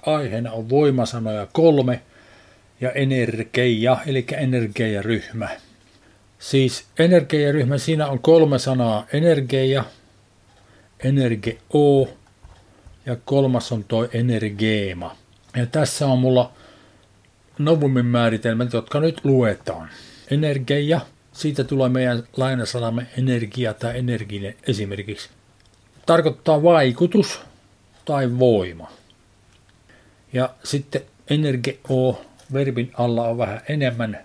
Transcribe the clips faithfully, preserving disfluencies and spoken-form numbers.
aiheena on voimasanoja kolme ja energeia, eli energiaryhmä. Siis energiaryhmä, siinä on kolme sanaa: energeia, energeo ja kolmas on toi energeema. Ja tässä on mulla novumin määritelmät, jotka nyt luetaan. Energeia, siitä tulee meidän lainasanamme energia tai energinen esimerkiksi. Tarkoittaa vaikutus tai voima. Ja sitten energeo, verbin alla on vähän enemmän.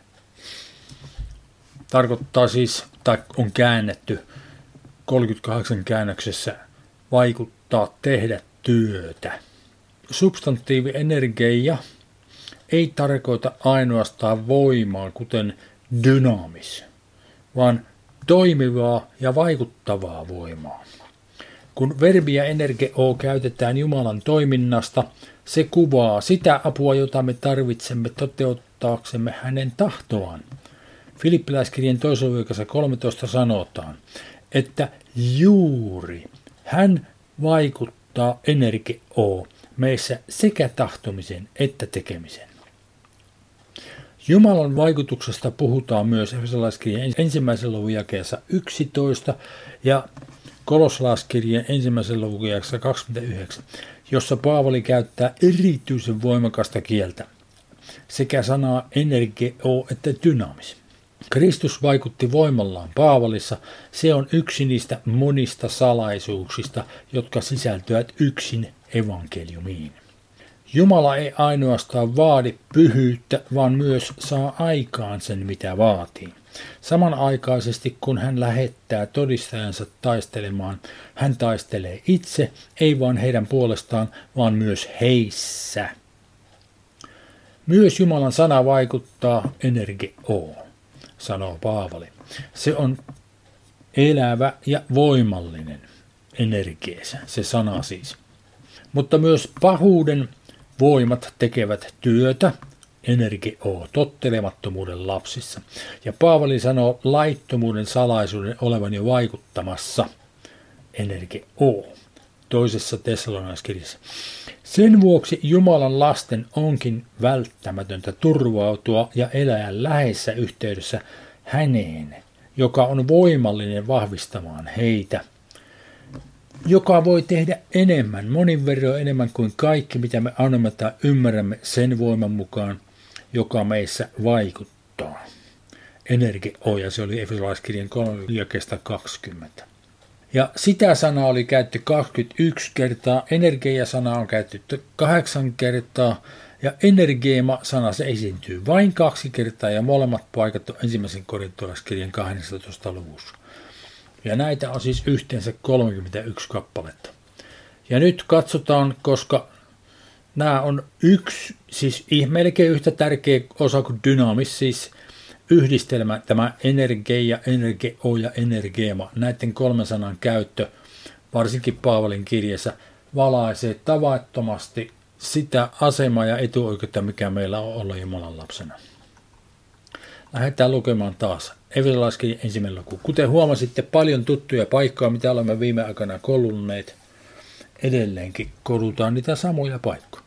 Tarkoittaa siis, tai on käännetty kolmekymmentäkahdeksan käännöksessä, vaikuttaa, tehdä työtä. Substantiivi energeia ei tarkoita ainoastaan voimaa, kuten dynaamis, vaan toimivaa ja vaikuttavaa voimaa. Kun verbiä energeo käytetään Jumalan toiminnasta, se kuvaa sitä apua, jota me tarvitsemme toteuttaaksemme hänen tahtoaan. Filippiläiskirjeen toisessa luvussa kolmetoista sanotaan, että juuri hän vaikuttaa energeo meissä sekä tahtomisen että tekemisen. Jumalan vaikutuksesta puhutaan myös Efesolaiskirjeen ensimmäisen luvun jakeessa yksitoista ja Kolossalaiskirjeen ensimmäisen luvun jakeessa kaksikymmentäyhdeksän, jossa Paavali käyttää erityisen voimakasta kieltä, sekä sanaa energeo että dynaamis. Kristus vaikutti voimallaan Paavalissa. Se on yksi niistä monista salaisuuksista, jotka sisältyvät yksin evankeliumiin. Jumala ei ainoastaan vaadi pyhyyttä, vaan myös saa aikaan sen, mitä vaatii. Samanaikaisesti, kun hän lähettää todistajansa taistelemaan, hän taistelee itse, ei vain heidän puolestaan, vaan myös heissä. Myös Jumalan sana vaikuttaa energeo, sanoo Paavali. Se on elävä ja voimallinen energiensä, se sana siis. Mutta myös pahuuden voimat tekevät työtä, energeo, tottelemattomuuden lapsissa. Ja Paavali sanoo laittomuuden salaisuuden olevan jo vaikuttamassa, energeo, toisessa Tessalonaiskirjassa. Sen vuoksi Jumalan lasten onkin välttämätöntä turvautua ja elää läheisessä yhteydessä häneen, joka on voimallinen vahvistamaan heitä, joka voi tehdä enemmän, monin verroin enemmän kuin kaikki, mitä me annamme tai ymmärrämme sen voiman mukaan, joka meissä vaikuttaa. Energeo, ja se oli Efesolaiskirjan kolme jakeesta kaksikymmentä. Ja sitä sanaa oli käytetty kaksikymmentäyksi kertaa, energia-sana on käytetty kahdeksan kertaa, ja energeema-sana se esiintyy vain kaksi kertaa, ja molemmat paikat on ensimmäisen korintolaiskirjan kahdennessatoista luvussa. Ja näitä on siis yhteensä kolmekymmentäyksi kappaletta. Ja nyt katsotaan, koska nämä on yksi, siis melkein yhtä tärkeä osa kuin dynaamis, siis yhdistelmä, tämä energeia, energeo ja energeema, näiden kolmen sanan käyttö, varsinkin Paavalin kirjassa, valaisee tavattomasti sitä asemaa ja etuoikeutta, mikä meillä on olla Jumalan lapsena. Lähdetään lukemaan taas. Efesolaiskirjan ensimmäinen luku. Kuten huomasitte, paljon tuttuja paikkoja, mitä olemme viime aikana koulunneet. Edelleenkin koulutaan niitä samoja paikkoja.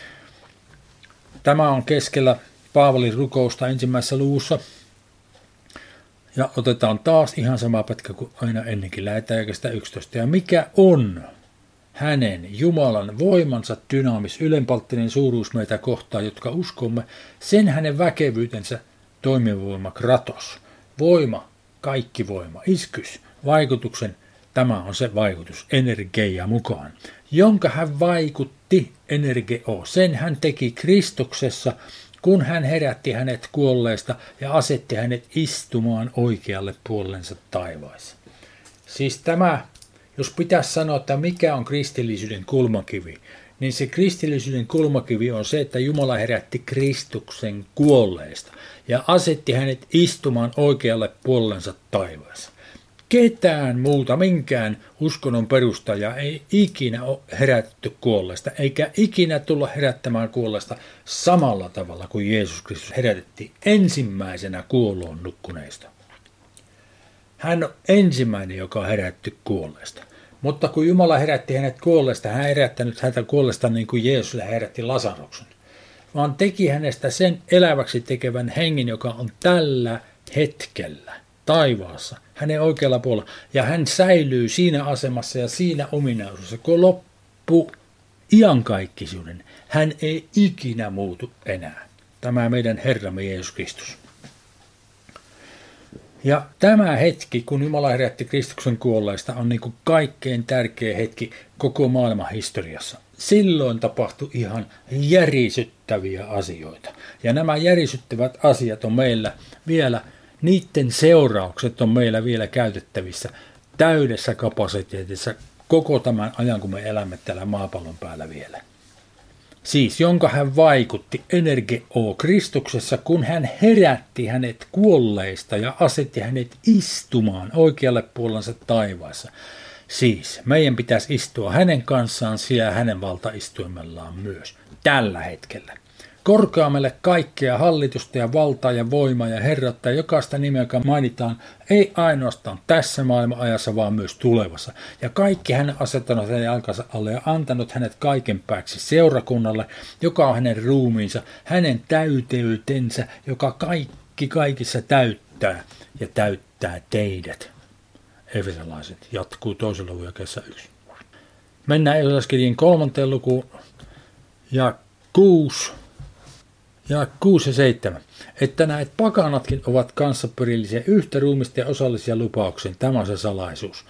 Tämä on keskellä Paavalin rukousta ensimmäisessä luvussa. Ja otetaan taas ihan sama pätkä kuin aina ennenkin. Lähetään jakeesta yksitoista. Ja mikä on hänen Jumalan voimansa dynaamis ylenpalttinen suuruus meitä kohtaan, jotka uskomme, sen hänen väkevyytensä toimivoima kratos. Voima, kaikki voima, iskys, vaikutuksen, tämä on se vaikutus, energeia mukaan, jonka hän vaikutti, energeo, sen hän teki Kristuksessa, kun hän herätti hänet kuolleista ja asetti hänet istumaan oikealle puolensa taivaassa. Siis tämä, jos pitäisi sanoa, että mikä on kristillisyyden kulmakivi, niin se kristillisyyden kulmakivi on se, että Jumala herätti Kristuksen kuolleista ja asetti hänet istumaan oikealle puolensa taivaassa. Ketään muuta, minkään uskonnon perustajaa ei ikinä ole herätty kuolleesta, eikä ikinä tulla herättämään kuolleesta samalla tavalla kuin Jeesus Kristus herätettiin ensimmäisenä kuolloon nukkuneista. Hän on ensimmäinen, joka on herätty kuolleesta. Mutta kun Jumala herätti hänet kuolleesta, hän ei herättänyt häntä kuolleesta niin kuin Jeesus herätti Lasaruksen, vaan teki hänestä sen eläväksi tekevän hengen, joka on tällä hetkellä taivaassa, hänen oikealla puolella. Ja hän säilyy siinä asemassa ja siinä ominaisuudessa, kun loppu iankaikkisuuden. Hän ei ikinä muutu enää. Tämä meidän Herramme Jeesus Kristus. Ja tämä hetki, kun Jumala herätti Kristuksen kuolleista, on niin kuin kaikkein tärkein hetki koko maailman historiassa. Silloin tapahtui ihan järisyttäviä asioita. Ja nämä järisyttävät asiat on meillä vielä, niiden seuraukset on meillä vielä käytettävissä täydessä kapasiteetissa koko tämän ajan, kun me elämme täällä maapallon päällä vielä. Siis jonka hän vaikutti energeo Kristuksessa, kun hän herätti hänet kuolleista ja asetti hänet istumaan oikealle puolensa taivaassa. Siis meidän pitäisi istua hänen kanssaan siellä hänen valtaistuimellaan myös tällä hetkellä. Korkeammalle kaikkea hallitusta ja valtaa ja voimaa ja herrautta ja jokaista nimeä, joka mainitaan, ei ainoastaan tässä maailman ajassa, vaan myös tulevassa. Ja kaikki hän asettanut hänen jalkansa alle ja antanut hänet kaiken pääksi seurakunnalle, joka on hänen ruumiinsa, hänen täyteytensä, joka kaikki kaikissa täyttää ja täyttää teidät. Efesolaiset jatkuu toisella luvulla jakeessa yksi. Mennään Efesolaiskirjeen kolmanteen lukuun ja kuusi. Ja kuusi ja seitsemän. Että näet pakanatkin ovat kanssaperillisiä yhtä ruumista ja osallisia lupauksiin. Tämä on se salaisuus.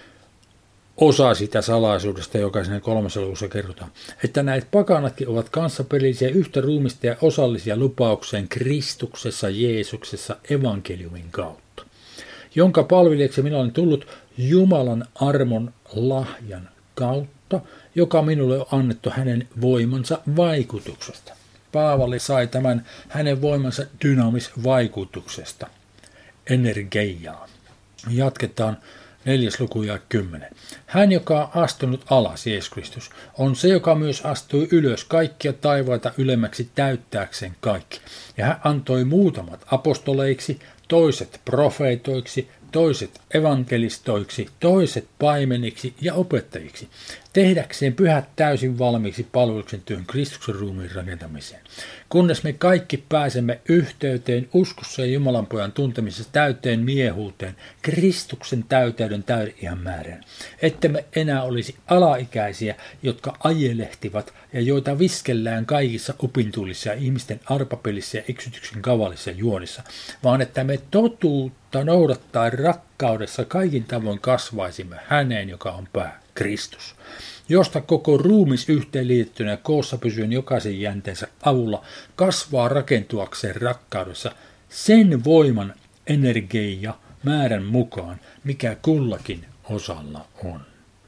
Osa sitä salaisuudesta, joka siinä kolmessa luvussa kerrotaan. Että näet pakanatkin ovat kanssaperillisiä yhtä ruumista ja osallisia lupaukseen Kristuksessa Jeesuksessa evankeliumin kautta, jonka palvelijaksi minä olen tullut Jumalan armon lahjan kautta, joka minulle on annettu hänen voimansa vaikutuksesta. Paavali sai tämän hänen voimansa dynaamisvaikutuksesta, energiaa. Jatketaan neljäs luku ja kymmenen. Hän, joka on astunut alas, Jeesus Kristus, on se, joka myös astui ylös kaikkia taivaita ylemmäksi täyttääkseen kaikki. Ja hän antoi muutamat apostoleiksi, toiset profeetoiksi, toiset evankelistoiksi, toiset paimeniksi ja opettajiksi, tehdäkseen pyhät täysin valmiiksi palveluksen työn Kristuksen ruumiin rakentamiseen, kunnes me kaikki pääsemme yhteyteen uskossa ja Jumalan pojan tuntemisessa täyteen miehuuteen, Kristuksen täyteyden täyden ihan määrään, että me enää olisi alaikäisiä, jotka ajelehtivat ja joita viskellään kaikissa opintuulissa ja ihmisten arpapelissä ja eksytyksen kavalissa juonissa, vaan että me totuutta noudattaa rakkaudessa kaikin tavoin kasvaisimme häneen, joka on pää, Kristus, josta koko ruumis yhteenliitettynä ja koossa pysyen jokaisen jänteensä avulla kasvaa rakentuakseen rakkaudessa sen voiman, energia, määrän mukaan, mikä kullakin osalla on.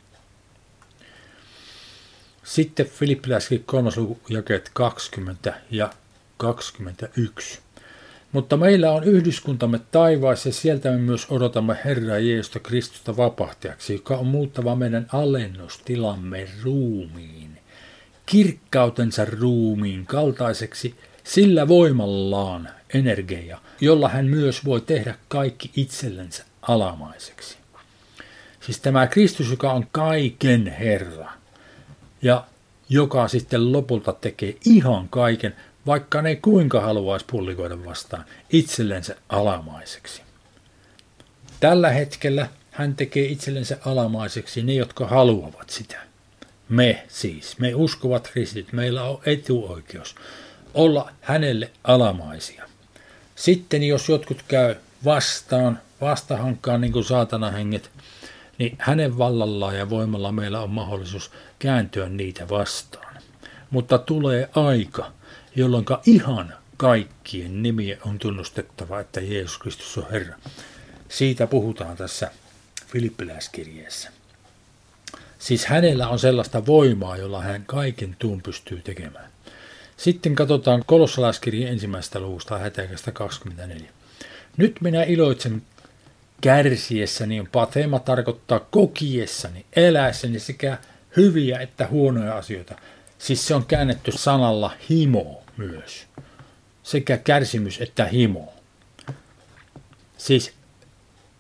Sitten Filippiläiskirje kolmas luku jakeet kaksikymmentä ja kaksikymmentäyksi. Mutta meillä on yhdyskuntamme taivaassa ja sieltä me myös odotamme Herraa Jeesusta Kristusta vapahtajaksi, joka on muuttava meidän alennustilamme ruumiin, kirkkautensa ruumiin kaltaiseksi sillä voimallaan energia, jolla hän myös voi tehdä kaikki itsellensä alamaiseksi. Siis tämä Kristus, joka on kaiken Herra ja joka sitten lopulta tekee ihan kaiken, vaikka ne kuinka haluaisi pullikoida vastaan itsellensä alamaiseksi. Tällä hetkellä hän tekee itsellensä alamaiseksi ne, jotka haluavat sitä. Me siis, me uskovat kristit, meillä on etuoikeus olla hänelle alamaisia. Sitten jos jotkut käy vastaan, vastahankkaan niin kuin saatanahenget, niin hänen vallallaan ja voimalla meillä on mahdollisuus kääntyä niitä vastaan. Mutta tulee aika, jolloin ihan kaikkien nimiä on tunnustettava, että Jeesus Kristus on Herra. Siitä puhutaan tässä Filippiläiskirjeessä. Siis hänellä on sellaista voimaa, jolla hän kaiken tuun pystyy tekemään. Sitten katsotaan Kolossalaiskirjeen ensimmäisestä luvusta hätäkästä kaksikymmentäneljä. Nyt minä iloitsen kärsiessäni, patema tarkoittaa kokiessani, eläessäni sekä hyviä että huonoja asioita. Siis se on käännetty sanalla himo myös. Sekä kärsimys että himo. Siis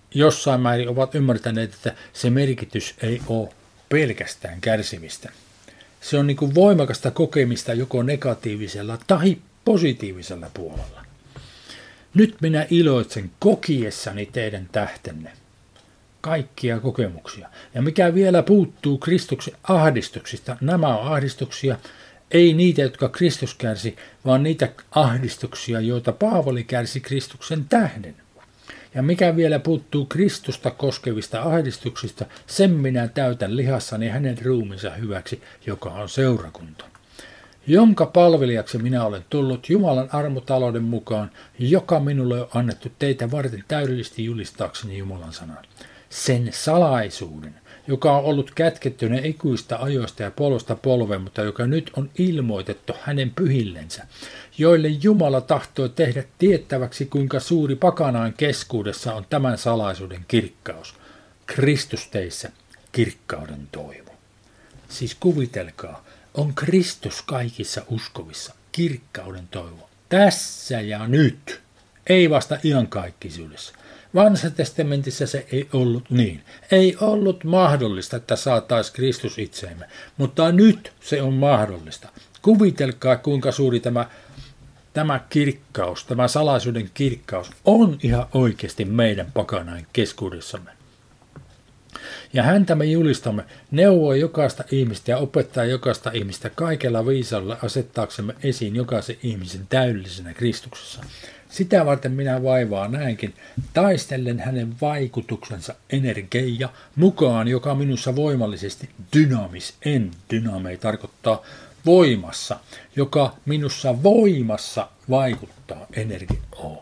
jossain määrin ovat ymmärtäneet, että se merkitys ei ole pelkästään kärsimistä. Se on niin kuin voimakasta kokemista joko negatiivisella tai positiivisella puolella. Nyt minä iloitsen kokiessani teidän tähtenne. Kaikkia kokemuksia. Ja mikä vielä puuttuu Kristuksen ahdistuksista, nämä on ahdistuksia, ei niitä, jotka Kristus kärsi, vaan niitä ahdistuksia, joita Paavali kärsi Kristuksen tähden. Ja mikä vielä puuttuu Kristusta koskevista ahdistuksista, sen minä täytän lihassani hänen ruumiinsa hyväksi, joka on seurakunta, jonka palvelijaksi minä olen tullut Jumalan armotalouden mukaan, joka minulle on annettu teitä varten täydellisesti julistaakseni Jumalan sanan. Sen salaisuuden, joka on ollut kätkettynä ikuista ajoista ja polvesta polveen, mutta joka nyt on ilmoitettu hänen pyhillensä, joille Jumala tahtoi tehdä tiettäväksi, kuinka suuri pakanaan keskuudessa on tämän salaisuuden kirkkaus. Kristus teissä, kirkkauden toivo. Siis kuvitelkaa, on Kristus kaikissa uskovissa, kirkkauden toivo. Tässä ja nyt, ei vasta iankaikkisuudessa. Vanhassa testamentissa se ei ollut niin. Ei ollut mahdollista, että saataisiin Kristus itseemme, mutta nyt se on mahdollista. Kuvitelkaa, kuinka suuri tämä, tämä kirkkaus, tämä salaisuuden kirkkaus on ihan oikeasti meidän pakanain keskuudessamme. Ja häntä me julistamme, neuvoi jokaista ihmistä ja opettaa jokaista ihmistä kaikella viisaudella asettaaksemme esiin jokaisen ihmisen täydellisenä Kristuksessa. Sitä varten minä vaivaa näinkin, taistellen hänen vaikutuksensa energeia mukaan, joka minussa voimallisesti dynamis, en dynamei tarkoittaa voimassa, joka minussa voimassa vaikuttaa energiaan.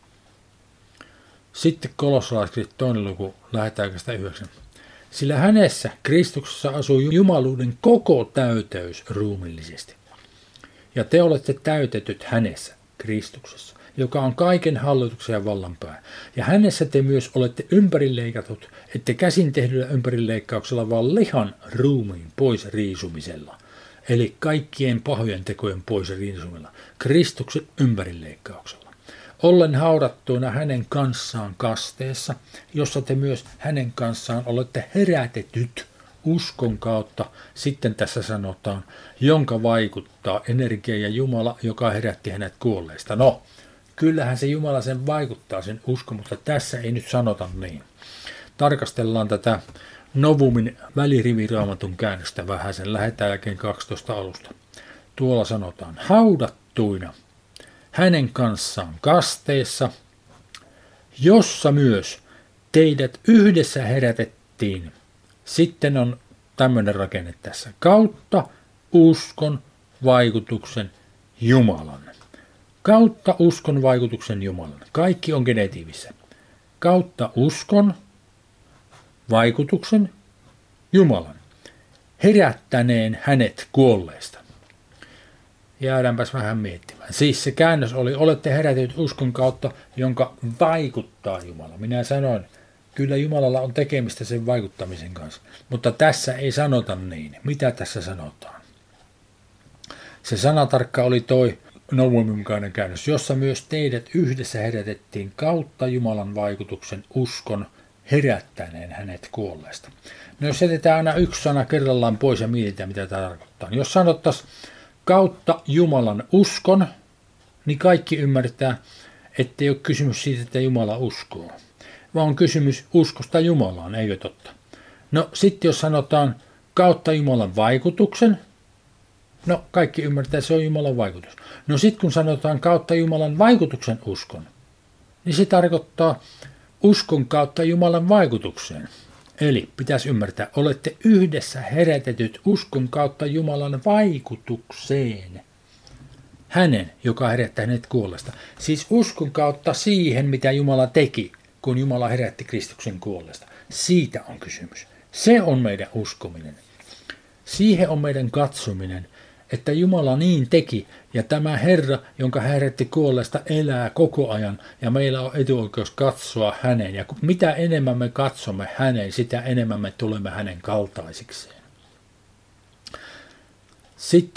Sitten kolossalaiskirjat toinen luku, lähdetään yhdeksän. Sillä hänessä, Kristuksessa, asuu jumaluuden koko täyteys ruumillisesti. Ja te olette täytetyt hänessä, Kristuksessa, joka on kaiken hallituksen ja vallanpää. Ja hänessä te myös olette ympärileikatut, ette käsin tehdyllä ympärileikkauksella, vaan lihan ruumiin pois riisumisella. Eli kaikkien pahojen tekojen pois riisumilla, Kristuksen ympärileikkauksella. Ollen haudattuina hänen kanssaan kasteessa, jossa te myös hänen kanssaan olette herätetyt uskon kautta, sitten tässä sanotaan, jonka vaikuttaa energia ja Jumala, joka herätti hänet kuolleista. No, kyllähän se Jumala sen vaikuttaa, sen uskon, mutta tässä ei nyt sanota niin. Tarkastellaan tätä Novumin väliriviraamatun käännöstä vähän, sen lähetään jälkeen kaksitoista alusta. Tuolla sanotaan, haudattuina hänen kanssaan kasteessa, jossa myös teidät yhdessä herätettiin. Sitten on tämmöinen rakenne tässä. Kautta uskon vaikutuksen Jumalan. Kautta uskon vaikutuksen Jumalan. Kaikki on genetiivissä. Kautta uskon vaikutuksen Jumalan. Herättäneen hänet kuolleista. Jäädäänpäs vähän miettimään. Siis se käännös oli, olette herätetyt uskon kautta, jonka vaikuttaa Jumala. Minä sanoin, kyllä Jumalalla on tekemistä sen vaikuttamisen kanssa, mutta tässä ei sanota niin. Mitä tässä sanotaan? Se sanatarkka oli toi Novumin mukainen käännös, jossa myös teidät yhdessä herätettiin kautta Jumalan vaikutuksen uskon herättäneen hänet kuolleesta. No jos jätetään aina yksi sana kerrallaan pois ja mietitään, mitä tämä tarkoittaa. Jos sanottaisiin kautta Jumalan uskon, niin kaikki ymmärtää, ettei ole kysymys siitä, että Jumala uskoo, vaan on kysymys uskosta Jumalaan, eikö totta? No sitten jos sanotaan kautta Jumalan vaikutuksen, no kaikki ymmärtää, että se on Jumalan vaikutus. No sitten kun sanotaan kautta Jumalan vaikutuksen uskon, niin se tarkoittaa uskon kautta Jumalan vaikutukseen. Eli pitäisi ymmärtää, olette yhdessä herätetyt uskon kautta Jumalan vaikutukseen. Hänen, joka herättää hänet kuolleesta. Siis uskon kautta siihen, mitä Jumala teki, kun Jumala herätti Kristuksen kuolleesta. Siitä on kysymys. Se on meidän uskominen. Siihen on meidän katsominen, että Jumala niin teki, ja tämä Herra, jonka herätti kuolleesta, elää koko ajan, ja meillä on etuoikeus katsoa häneen. Ja mitä enemmän me katsomme häneen, sitä enemmän me tulemme hänen kaltaisikseen. Sitten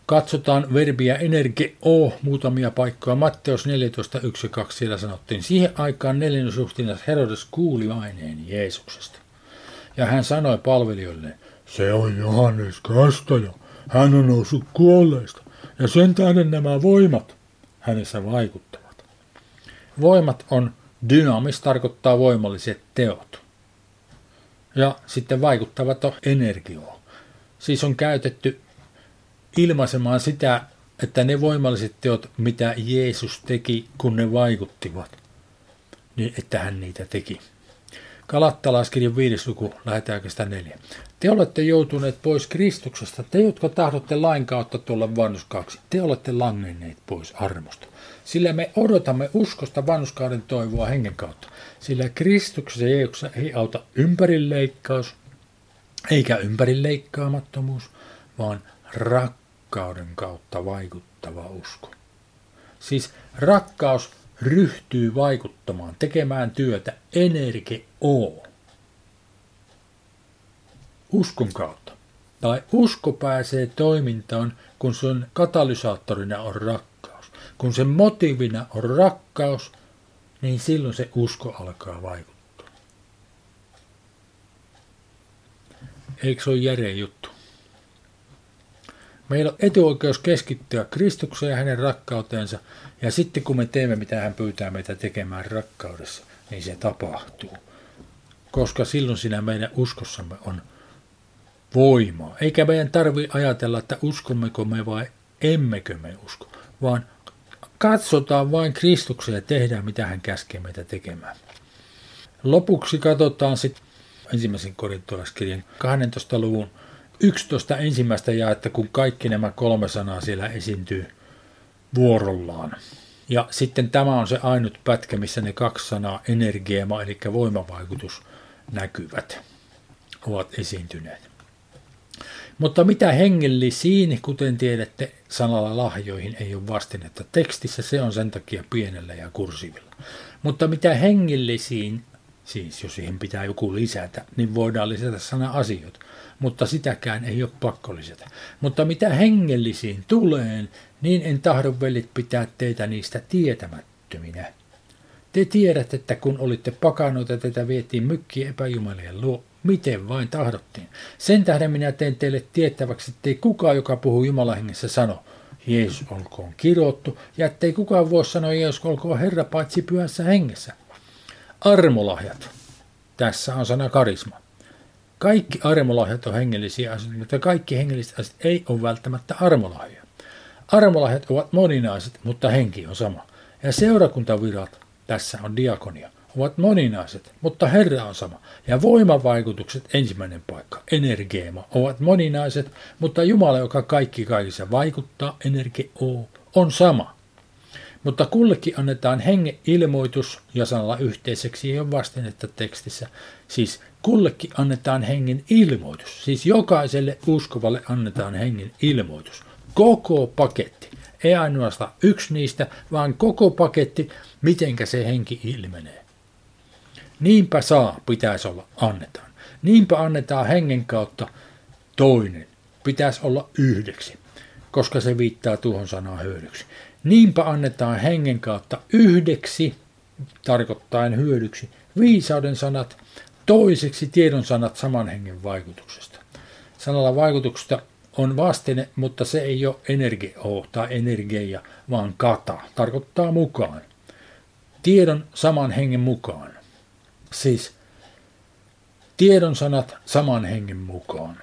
katsotaan verbiä energeo muutamia paikkoja. Matteus neljätoista yksi ja kaksi siellä sanottiin. Siihen aikaan neljännesruhtinas Herodes kuuli aineen Jeesuksesta. Ja hän sanoi palvelijoille, se on Johannes Kastaja. Hän on noussut kuolleista. Ja sen tähden nämä voimat hänessä vaikuttavat. Voimat on dynaamis, tarkoittaa voimalliset teot. Ja sitten vaikuttavat on energiaa. Siis on käytetty ilmaisemaan sitä, että ne voimalliset teot, mitä Jeesus teki, kun ne vaikuttivat, niin että hän niitä teki. Galattalaiskirjan viides luku, lähdetäänkö sitä neljä. Te olette joutuneet pois Kristuksesta, te jotka tahdotte lain kautta tulla vanhurskaaksi, te olette langenneet pois armosta. Sillä me odotamme uskosta vanhurskauden toivoa hengen kautta. Sillä Kristuksessa Jeesuksessa ei auta ympärileikkaus, eikä ympärileikkaamattomuus, vaan rakkauden kautta vaikuttava usko. Siis rakkaus ryhtyy vaikuttamaan, tekemään työtä energeo. Uskon kautta. Tai usko pääsee toimintaan, kun sen katalysaattorina on rakkaus. Kun sen motiivina on rakkaus, niin silloin se usko alkaa vaikuttaa. Eikö se ole järeä juttu? Meillä on etuoikeus keskittyä Kristukseen ja hänen rakkauteensa, ja sitten kun me teemme, mitä hän pyytää meitä tekemään rakkaudessa, niin se tapahtuu. Koska silloin siinä meidän uskossamme on voimaa. Eikä meidän tarvitse ajatella, että uskommeko me vai emmekö me usko, vaan katsotaan vain Kristukseen ja tehdään, mitä hän käskee meitä tekemään. Lopuksi katsotaan sitten ensimmäisen korintolaiskirjan kahdentoista luvun yksitoista ensimmäistä jaetta, kun kaikki nämä kolme sanaa siellä esiintyy vuorollaan. Ja sitten tämä on se ainut pätkä, missä ne kaksi sanaa energiema, eli voimavaikutus, näkyvät, ovat esiintyneet. Mutta mitä hengellisiin, kuten tiedätte, sanalla lahjoihin ei ole vastinetta tekstissä, se on sen takia pienellä ja kursiivilla. Mutta mitä hengellisiin, siis jos siihen pitää joku lisätä, niin voidaan lisätä sana asioita, mutta sitäkään ei ole pakko lisätä. Mutta mitä hengellisiin tulee, niin en tahdo velit pitää teitä niistä tietämättöminä. Te tiedätte, että kun olitte pakanoita, teitä vietiin mykkiä epäjumalien luo, miten vain tahdottiin. Sen tähden minä teen teille tiettäväksi, ettei kukaan, joka puhuu Jumalan hengessä, sano, Jeesus olkoon kirottu, ja ettei kukaan voi sanoa, Jeesus olkoon Herra, paitsi pyhässä hengessä. Armolahjat. Tässä on sana karisma. Kaikki armolahjat on hengellisiä asioita, mutta kaikki hengelliset asiat ei ole välttämättä armolahjoja. Armolahjat ovat moninaiset, mutta henki on sama. Ja seurakuntavirat, tässä on diakonia, ovat moninaiset, mutta Herra on sama. Ja voimavaikutukset, ensimmäinen paikka, energeema, ovat moninaiset, mutta Jumala, joka kaikki kaikissa vaikuttaa, energeo, on sama. Mutta kullekin annetaan hengen ilmoitus, ja sanalla yhteiseksi ei ole vastinetta tekstissä. Siis kullekin annetaan hengen ilmoitus. Siis jokaiselle uskovalle annetaan hengen ilmoitus. Koko paketti. Ei ainoastaan yksi niistä, vaan koko paketti, mitenkä se henki ilmenee. Niinpä saa, pitäisi olla, annetaan. Niinpä annetaan hengen kautta toinen. Pitäisi olla yhdeksi, koska se viittaa tuohon sanaan hyödyksi. Niinpä annetaan hengen kautta yhdeksi, tarkoittaen hyödyksi, viisauden sanat, toiseksi tiedon sanat saman hengen vaikutuksesta. Sanalla vaikutuksesta on vastine, mutta se ei ole energeo tai energeia, vaan kata, tarkoittaa mukaan. Tiedon saman hengen mukaan. Siis tiedon sanat saman hengen mukaan.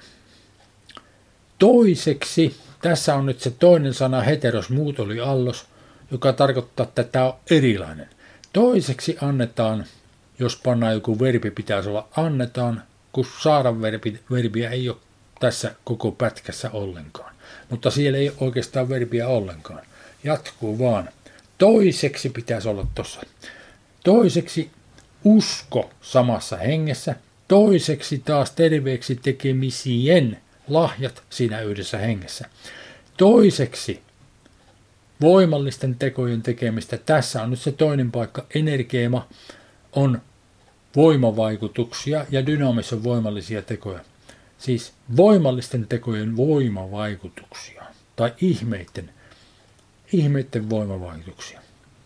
Toiseksi, tässä on nyt se toinen sana, heteros, muut oli allos, joka tarkoittaa, että tämä on erilainen. Toiseksi annetaan, jos pannaan joku verbi, pitäisi olla annetaan, kun saada verbi, verbiä ei ole tässä koko pätkässä ollenkaan. Mutta siellä ei ole oikeastaan verbiä ollenkaan. Jatkuu vaan. Toiseksi pitäisi olla tuossa. Toiseksi usko samassa hengessä. Toiseksi taas terveeksi tekemisien lahjat siinä yhdessä hengessä. Toiseksi voimallisten tekojen tekemistä. Tässä on nyt se toinen paikka. Energeema on voimavaikutuksia ja dynaamissa voimallisia tekoja. Siis voimallisten tekojen voimavaikutuksia. tai ihmeiden, ihmeiden voimavaikutuksia.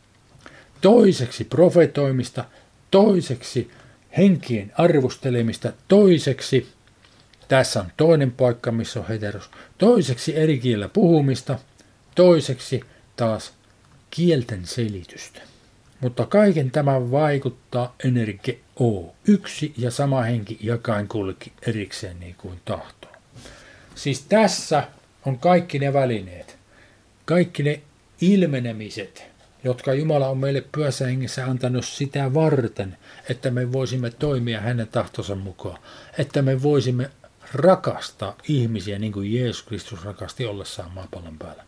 Toiseksi profetoimista, toiseksi henkien arvostelemista, toiseksi, tässä on toinen paikka, missä on heteros, toiseksi eri kielellä puhumista, toiseksi taas kielten selitystä. Mutta kaiken tämän vaikuttaa energia O. Yksi ja sama henki jakain kullekin erikseen niin kuin tahtoo. Siis tässä on kaikki ne välineet, kaikki ne ilmenemiset, jotka Jumala on meille pyhässä hengessä antanut sitä varten, että me voisimme toimia hänen tahtonsa mukaan, että me voisimme rakastaa ihmisiä niin kuin Jeesus Kristus rakasti ollessaan maapallon päällä.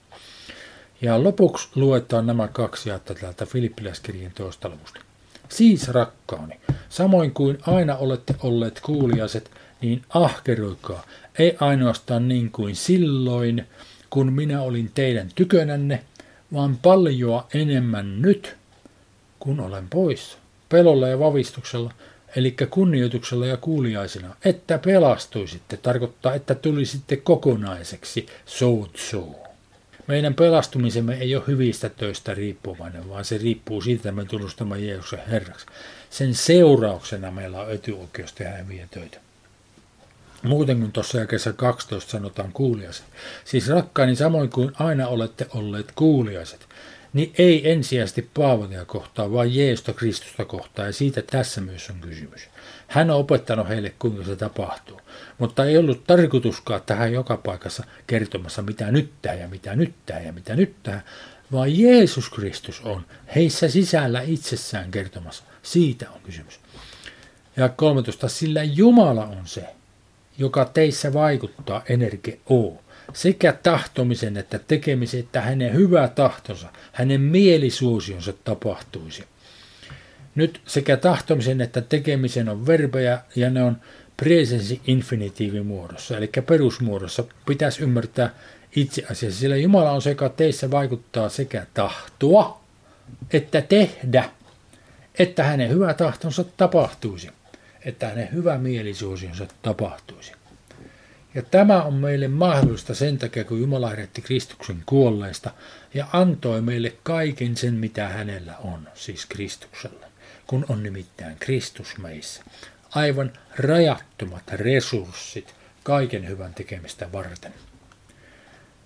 Ja lopuksi luetaan nämä kaksi jaetta täältä Filippiläiskirjeen toista luvusta. Siis rakkaani, samoin kuin aina olette olleet kuuliaiset, niin ahkeroikaa, ei ainoastaan niin kuin silloin, kun minä olin teidän tykönänne, vaan paljoa enemmän nyt, kun olen poissa, pelolla ja vavistuksella, eli kunnioituksella ja kuuliaisina, että pelastuisitte, tarkoittaa, että tulisitte kokonaiseksi, sootso. Meidän pelastumisemme ei ole hyvistä töistä riippuvainen, vaan se riippuu siitä, että me tunnustamme Jeesuksen Herraksi. Sen seurauksena meillä on etuoikeus tehdä hyviä töitä. Muuten kuin tuossa jakeessa kaksitoista sanotaan kuuliaiset. Siis rakkaani, samoin kuin aina olette olleet kuuliaiset, niin ei ensisijaisesti Paavalia kohtaan, vaan Jeesusta Kristusta kohtaan, ja siitä tässä myös on kysymys. Hän on opettanut heille, kuinka se tapahtuu, mutta ei ollut tarkoituskaan tähän joka paikassa kertomassa, mitä nyt tehdään ja mitä nyt tehdään ja mitä nyt tehdään, vaan Jeesus Kristus on heissä sisällä itsessään kertomassa. Siitä on kysymys. Ja kolmetoista, sillä Jumala on se, joka teissä vaikuttaa energia O, sekä tahtomisen että tekemisen, että hänen hyvä tahtonsa, hänen mielisuosionsa tapahtuisi. Nyt sekä tahtomisen että tekemisen on verbejä ja ne on presenssi infinitiivimuodossa, eli perusmuodossa pitäisi ymmärtää itse asiassa, sillä Jumala on se, joka teissä vaikuttaa sekä tahtoa että tehdä, että hänen hyvä tahtonsa tapahtuisi, että hänen hyvä mielisuosionsa tapahtuisi. Ja tämä on meille mahdollista sen takia, kun Jumala herätti Kristuksen kuolleista ja antoi meille kaiken sen, mitä hänellä on, siis Kristuksella, kun on nimittäin Kristus meissä. Aivan rajattomat resurssit kaiken hyvän tekemistä varten.